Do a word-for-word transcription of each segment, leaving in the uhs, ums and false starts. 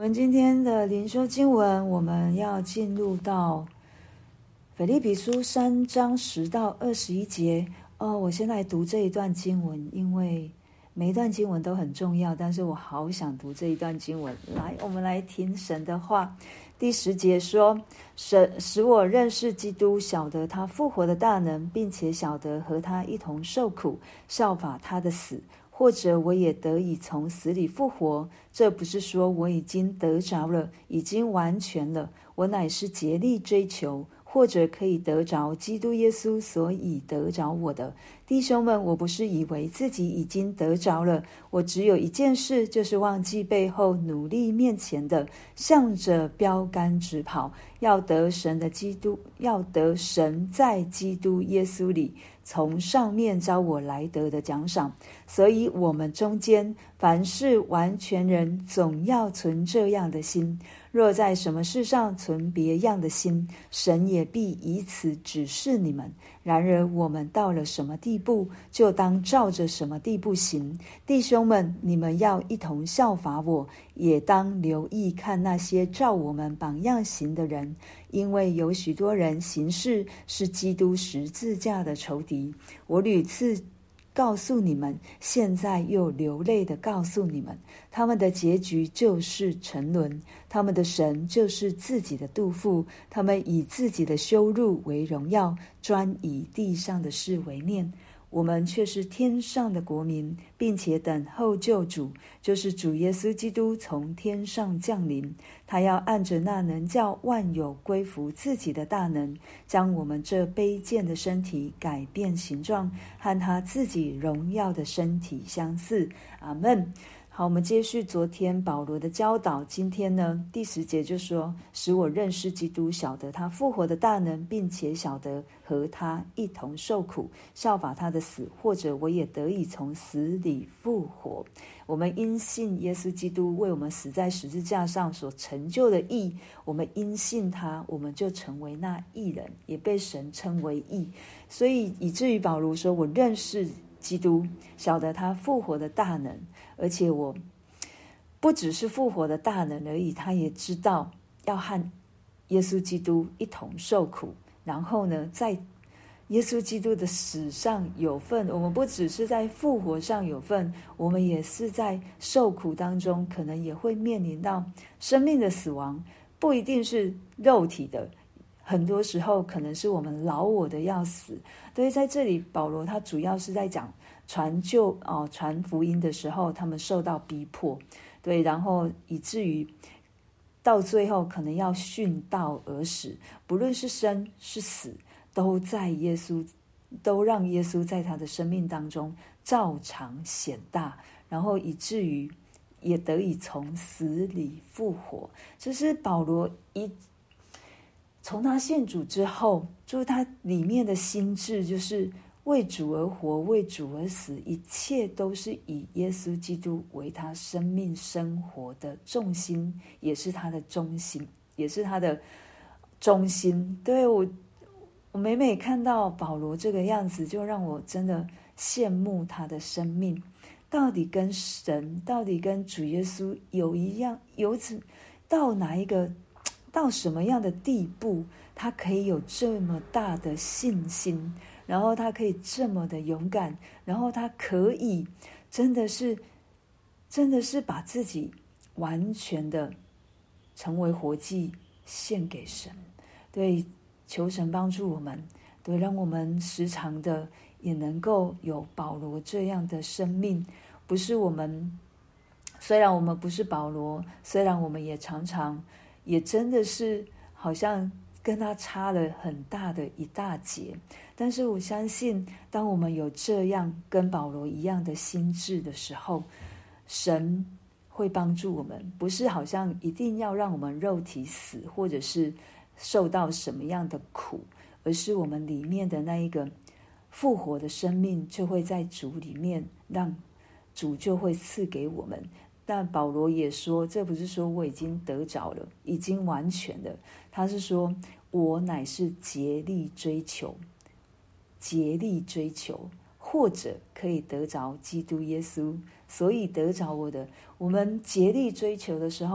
我们今天的灵修经文，我们要进入到腓立比书三章十到二十一节。哦，我先来读这一段经文，因为每一段经文都很重要，但是我好想读这一段经文。来，我们来听神的话。第十节说，神使我认识基督，晓得他复活的大能，并且晓得和他一同受苦，效法他的死，或者我也得以从死里复活。这不是说我已经得着了，已经完全了，我乃是竭力追求，或者可以得着基督耶稣所以得着我的。弟兄们，我不是以为自己已经得着了，我只有一件事，就是忘记背后，努力面前的，向着标杆直跑，要得神的基督，要得神在基督耶稣里从上面召我来得的奖赏。所以我们中间凡是完全人，总要存这样的心。若在什么事上存别样的心，神也必以此指示你们。然而我们到了什么地步，就当照着什么地步行。弟兄们，你们要一同效法我，也当留意看那些照我们榜样行的人，因为有许多人行事是基督十字架的仇敌。我屡次告诉你们，现在又流泪地告诉你们，他们的结局就是沉沦，他们的神就是自己的肚腹，他们以自己的羞辱为荣耀，专以地上的事为念。我们却是天上的国民，并且等候救主，就是主耶稣基督从天上降临。他要按着那能叫万有归服自己的大能，将我们这卑贱的身体改变形状，和他自己荣耀的身体相似。阿们。好，我们接续昨天保罗的教导。今天呢，第十节就说，使我认识基督，晓得他复活的大能，并且晓得和他一同受苦，效法他的死，或者我也得以从死里复活。我们因信耶稣基督为我们死在十字架上所成就的义，我们因信他，我们就成为那义人，也被神称为义。所以以至于保罗说，我认识基督，晓得他复活的大能，而且我不只是复活的大能而已，他也知道要和耶稣基督一同受苦，然后呢，在耶稣基督的死上有份。我们不只是在复活上有份，我们也是在受苦当中，可能也会面临到生命的死亡，不一定是肉体的，很多时候可能是我们老我的要死。所以在这里保罗他主要是在讲传救哦，传福音的时候他们受到逼迫，对，然后以至于到最后可能要殉道而死，不论是生是死，都在耶稣都让耶稣在他的生命当中照常显大，然后以至于也得以从死里复活。这是保罗一从他信主之后，就是他里面的心志，就是为主而活，为主而死，一切都是以耶稣基督为他生命生活的重心，也是他的中心，也是他的中心。对，我我每每看到保罗这个样子，就让我真的羡慕他的生命，到底跟神，到底跟主耶稣有一样，有到哪一个，到什么样的地步，他可以有这么大的信心，然后他可以这么的勇敢，然后他可以真的是真的是把自己完全的成为活祭献给神。对，求神帮助我们，对，让我们时常的也能够有保罗这样的生命。不是我们，虽然我们不是保罗，虽然我们也常常也真的是好像跟他差了很大的一大截，但是我相信当我们有这样跟保罗一样的心志的时候，神会帮助我们，不是好像一定要让我们肉体死，或者是受到什么样的苦，而是我们里面的那一个复活的生命就会在主里面，让主就会赐给我们。但保罗也说，这不是说我已经得着了，已经完全了，他是说我乃是竭力追求，竭力追求，或者可以得着基督耶稣，所以得着我的。我们竭力追求的时候，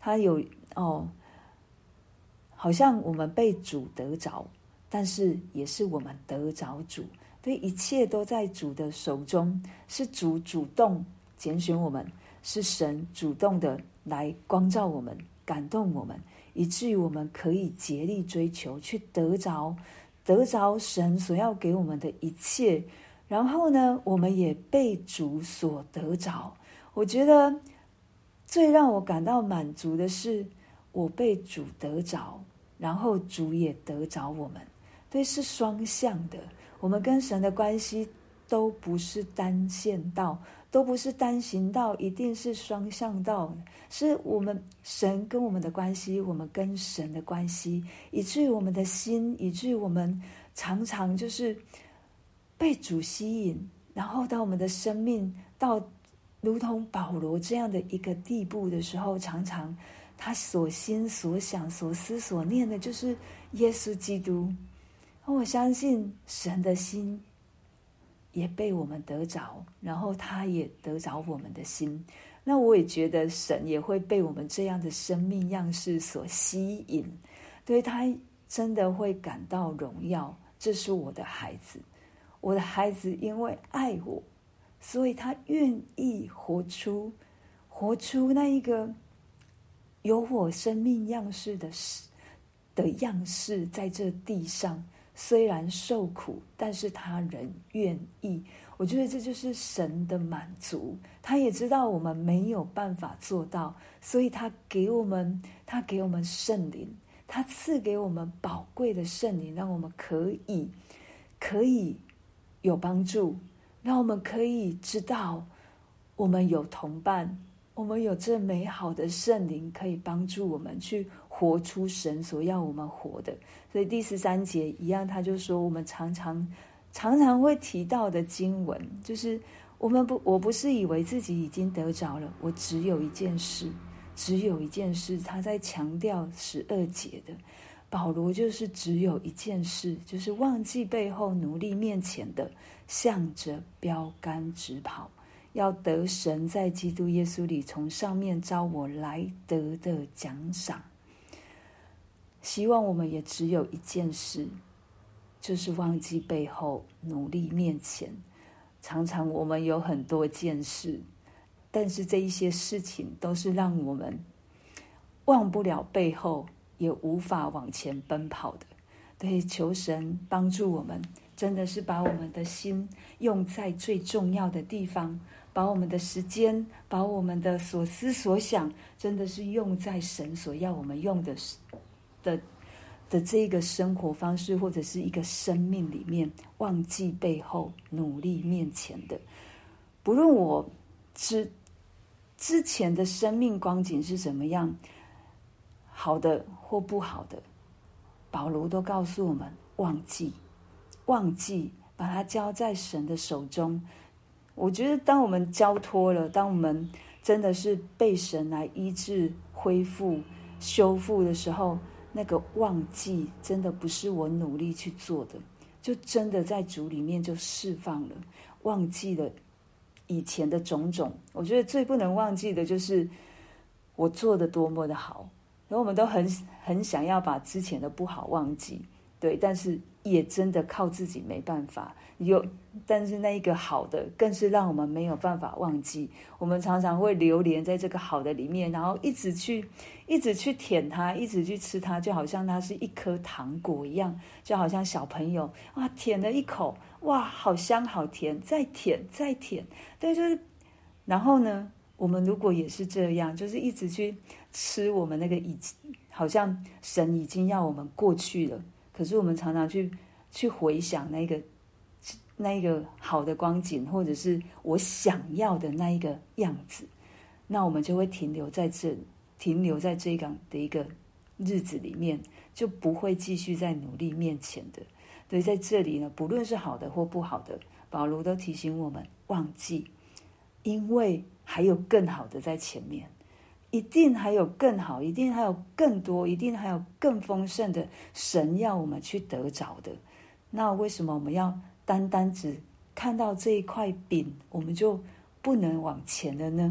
他有哦，好像我们被主得着，但是也是我们得着主。对，一切都在主的手中，是主主动拣选我们，是神主动的来光照我们，感动我们，以至于我们可以竭力追求，去得着得着神所要给我们的一切。然后呢，我们也被主所得着。我觉得最让我感到满足的是，我被主得着，然后主也得着我们。对，是双向的。我们跟神的关系都不是单线道，都不是单行道，一定是双向道，是我们神跟我们的关系，我们跟神的关系，以至于我们的心，以至于我们常常就是被主吸引，然后当我们的生命到如同保罗这样的一个地步的时候，常常他所心所想所思所念的就是耶稣基督。我相信神的心也被我们得着，然后他也得着我们的心。那我也觉得神也会被我们这样的生命样式所吸引，对，他真的会感到荣耀。这是我的孩子，我的孩子因为爱我，所以他愿意活出活出那一个有我生命样式的的样式，在这地上虽然受苦，但是他仍愿意。我觉得这就是神的满足，他也知道我们没有办法做到，所以他给我们他给我们圣灵，他赐给我们宝贵的圣灵，让我们可以可以有帮助，让我们可以知道我们有同伴，我们有这美好的圣灵可以帮助我们去活出神所要我们活的。所以第十三节一样，他就说我们常常常常会提到的经文，就是我们不我不是以为自己已经得着了，我只有一件事只有一件事他在强调十二节的，保罗就是只有一件事，就是忘记背后，努力面前的，向着标杆直跑，要得神在基督耶稣里从上面召我来得的奖赏。希望我们也只有一件事，就是忘记背后，努力面前。常常我们有很多件事，但是这一些事情都是让我们忘不了背后，也无法往前奔跑的。对，求神帮助我们，真的是把我们的心用在最重要的地方，把我们的时间，把我们的所思所想，真的是用在神所要我们用的的的这个生活方式，或者是一个生命里面，忘记背后，努力面前的。不论我之之前的生命光景是怎么样，好的或不好的，保罗都告诉我们，忘记忘记把它交在神的手中。我觉得当我们交托了，当我们真的是被神来医治、恢复、修复的时候，那个忘记真的不是我努力去做的，就真的在主里面就释放了，忘记了以前的种种。我觉得最不能忘记的就是我做的多么的好，然后我们都很很想要把之前的不好忘记，对，但是也真的靠自己没办法。有，但是那一个好的更是让我们没有办法忘记。我们常常会流连在这个好的里面，然后一直去一直去舔它，一直去吃它，就好像它是一颗糖果一样，就好像小朋友哇舔了一口，哇好香好甜，再舔再舔，对，就是。然后呢，我们如果也是这样，就是一直去吃我们那个已好像神已经要我们过去了，可是我们常常去去回想那个那一个好的光景，或者是我想要的那一个样子，那我们就会停留在这停留在这样的一个日子里面，就不会继续在努力面前的。所以在这里呢，不论是好的或不好的，保罗都提醒我们忘记，因为还有更好的在前面，一定还有更好，一定还有更多，一定还有更丰盛的神要我们去得着的。那为什么我们要单单只看到这一块饼，我们就不能往前了呢？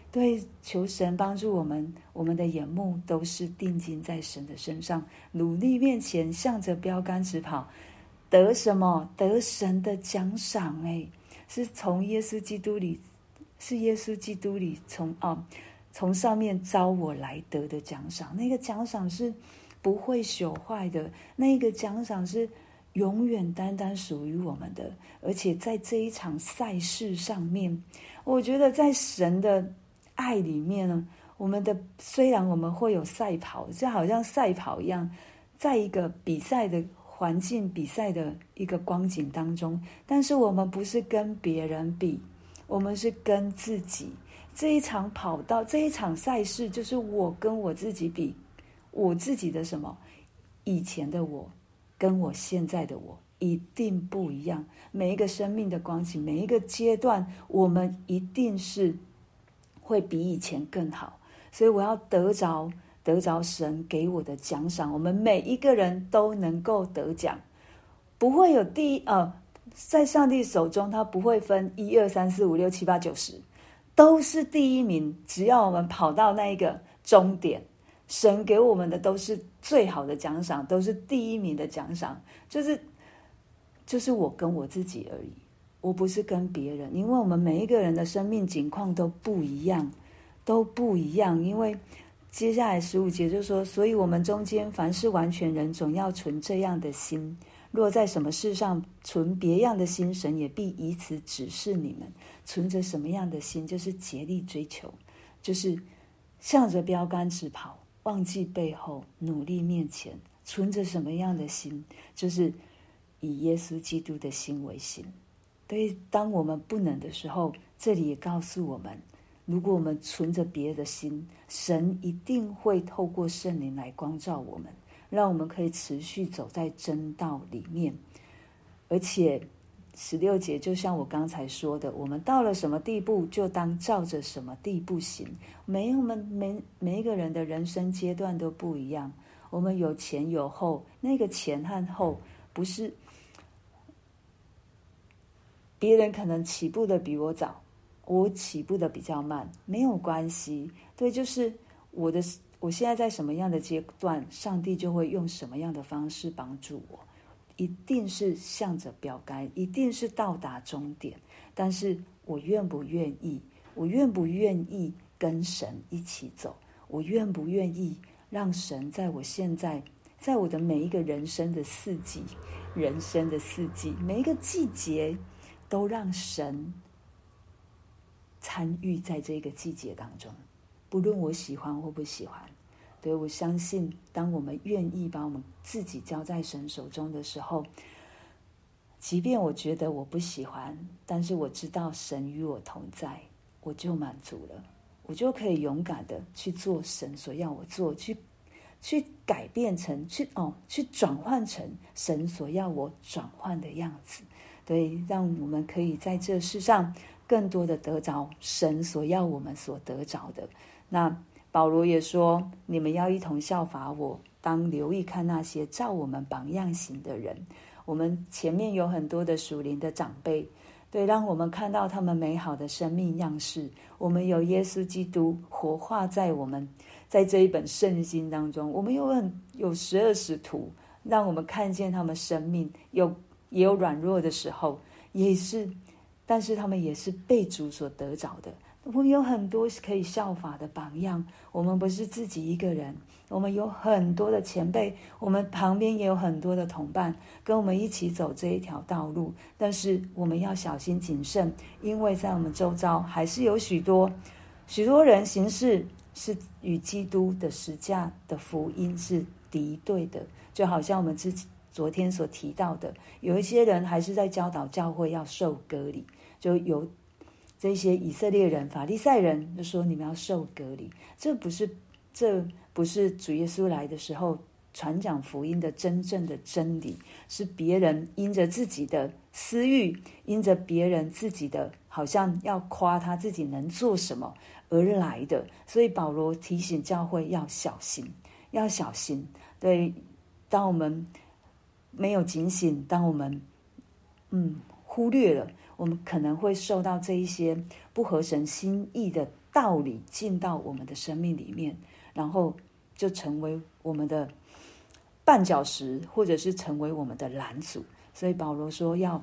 对，求神帮助我们，我们的眼目都是定睛在神的身上，努力面前向着标杆直跑，得什么？得神的奖赏。哎，是从耶稣基督里，是耶稣基督里从哦，从上面招我来得的奖赏。那个奖赏是不会朽坏的，那个奖赏是永远单单属于我们的。而且在这一场赛事上面，我觉得在神的爱里面呢，我们的虽然我们会有赛跑，就好像赛跑一样，在一个比赛的环境、比赛的一个光景当中，但是我们不是跟别人比，我们是跟自己。这一场跑道，这一场赛事，就是我跟我自己比，我自己的什么？以前的我跟我现在的我一定不一样。每一个生命的光景，每一个阶段，我们一定是会比以前更好。所以我要得着得着神给我的奖赏，我们每一个人都能够得奖，不会有第一呃，在上帝手中，他不会分一二三四五六七八九十，都是第一名。只要我们跑到那一个终点，神给我们的都是最好的奖赏，都是第一名的奖赏，就是就是我跟我自己而已，我不是跟别人。因为我们每一个人的生命境况都不一样，都不一样。因为接下来十五节就说，所以我们中间凡是完全人，总要存这样的心。若在什么事上存别样的心，神也必以此指示你们。存着什么样的心，就是竭力追求，就是向着标杆直跑，忘记背后，努力面前。存着什么样的心，就是以耶稣基督的心为心。所以当我们不能的时候，这里也告诉我们，如果我们存着别的心，神一定会透过圣灵来光照我们，让我们可以持续走在真道里面。而且十六节就像我刚才说的，我们到了什么地步，就当照着什么地步行。每我们每每一个人的人生阶段都不一样，我们有前有后，那个前和后不是别人可能起步的比我早，我起步的比较慢，没有关系。对，就是我的我现在在什么样的阶段，上帝就会用什么样的方式帮助我。一定是向着标杆，一定是到达终点。但是我愿不愿意？我愿不愿意跟神一起走？我愿不愿意让神在我现在，在我的每一个人生的四季，人生的四季，每一个季节，都让神参与在这个季节当中，不论我喜欢或不喜欢。对，我相信当我们愿意把我们自己交在神手中的时候，即便我觉得我不喜欢，但是我知道神与我同在，我就满足了，我就可以勇敢的去做神所要我做，去去改变成去哦，去转换成神所要我转换的样子。对，让我们可以在这世上更多的得着神所要我们所得着的。那保罗也说，你们要一同效法我，当留意看那些照我们榜样行的人。我们前面有很多的属灵的长辈，对，让我们看到他们美好的生命样式。我们有耶稣基督活化在我们，在这一本圣经当中，我们有很有十二使徒，让我们看见他们生命有也有软弱的时候，也是，但是他们也是被主所得着的。我们有很多可以效法的榜样，我们不是自己一个人，我们有很多的前辈，我们旁边也有很多的同伴跟我们一起走这一条道路。但是我们要小心谨慎，因为在我们周遭还是有许多许多人行事是与基督的十架的福音是敌对的。就好像我们之昨天所提到的，有一些人还是在教导教会要受割礼，就有这些以色列人法利赛人就说你们要受割礼，这不是这不是主耶稣来的时候传讲福音的真正的真理，是别人因着自己的私欲，因着别人自己的好像要夸他自己能做什么而来的。所以保罗提醒教会要小心，要小心。对，当我们没有警醒，当我们嗯忽略了，我们可能会受到这一些不合神心意的道理进到我们的生命里面，然后就成为我们的绊脚石，或者是成为我们的拦阻。所以保罗说要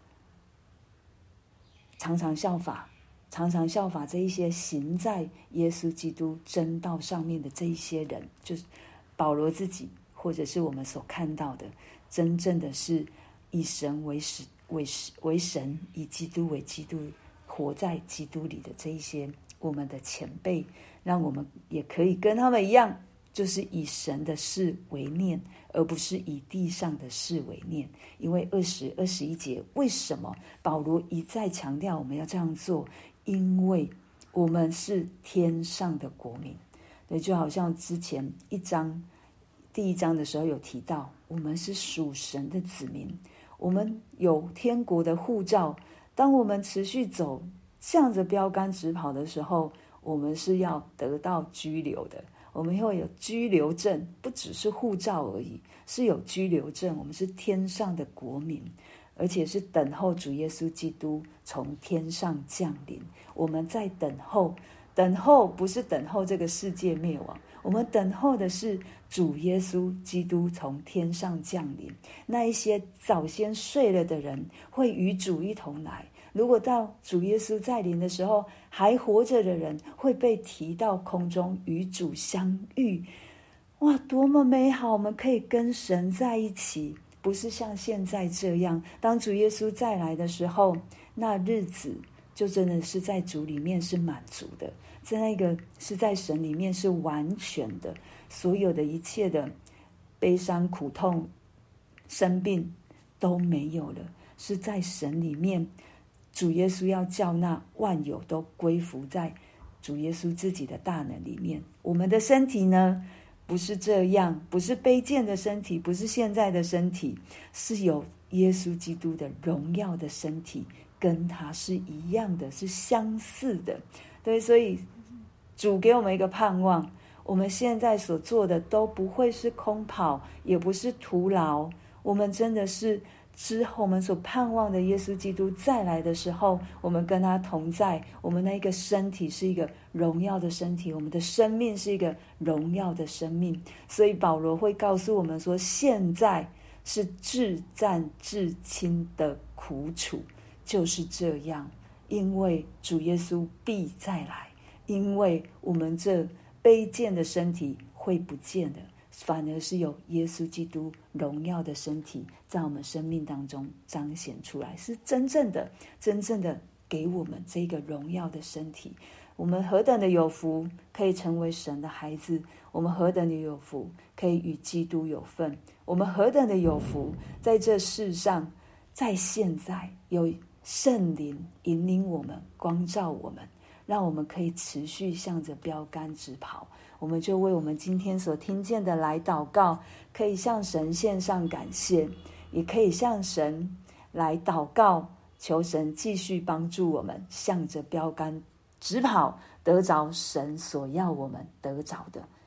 常常效法常常效法这一些行在耶稣基督真道上面的这一些人，就是保罗自己，或者是我们所看到的真正的是以神为神为为神，以基督为基督，活在基督里的这一些我们的前辈，让我们也可以跟他们一样，就是以神的事为念，而不是以地上的事为念。因为二十二十一节，为什么保罗一再强调我们要这样做？因为我们是天上的国民。对，就好像之前一章第一章的时候有提到，我们是属神的子民，我们有天国的护照。当我们持续走向着标杆直跑的时候，我们是要得到居留的，我们会有居留证，不只是护照而已，是有居留证。我们是天上的国民，而且是等候主耶稣基督从天上降临。我们在等候，等候不是等候这个世界灭亡，我们等候的是主耶稣基督从天上降临。那一些早先睡了的人会与主一同来，如果到主耶稣再临的时候，还活着的人会被提到空中与主相遇。哇，多么美好，我们可以跟神在一起，不是像现在这样，当主耶稣再来的时候，那日子就真的是在主里面是满足的，在那个是在神里面是完全的，所有的一切的悲伤苦痛生病都没有了，是在神里面。主耶稣要叫那万有都归服在主耶稣自己的大能里面。我们的身体呢，不是这样，不是卑贱的身体，不是现在的身体，是有耶稣基督的荣耀的身体，跟他是一样的，是相似的。对，所以主给我们一个盼望，我们现在所做的都不会是空跑，也不是徒劳，我们真的是之后我们所盼望的耶稣基督再来的时候，我们跟他同在，我们那个身体是一个荣耀的身体，我们的生命是一个荣耀的生命。所以保罗会告诉我们说，现在是至暂至轻的苦楚，就是这样，因为主耶稣必再来，因为我们这卑贱的身体会不见的，反而是有耶稣基督荣耀的身体在我们生命当中彰显出来，是真正的真正的给我们这个荣耀的身体。我们何等的有福，可以成为神的孩子，我们何等的有福，可以与基督有份，我们何等的有福，在这世上，在现在有圣灵引领我们，光照我们，让我们可以持续向着标杆直跑。我们就为我们今天所听见的来祷告，可以向神献上感谢，也可以向神来祷告，求神继续帮助我们向着标杆直跑，得着神所要我们得着的。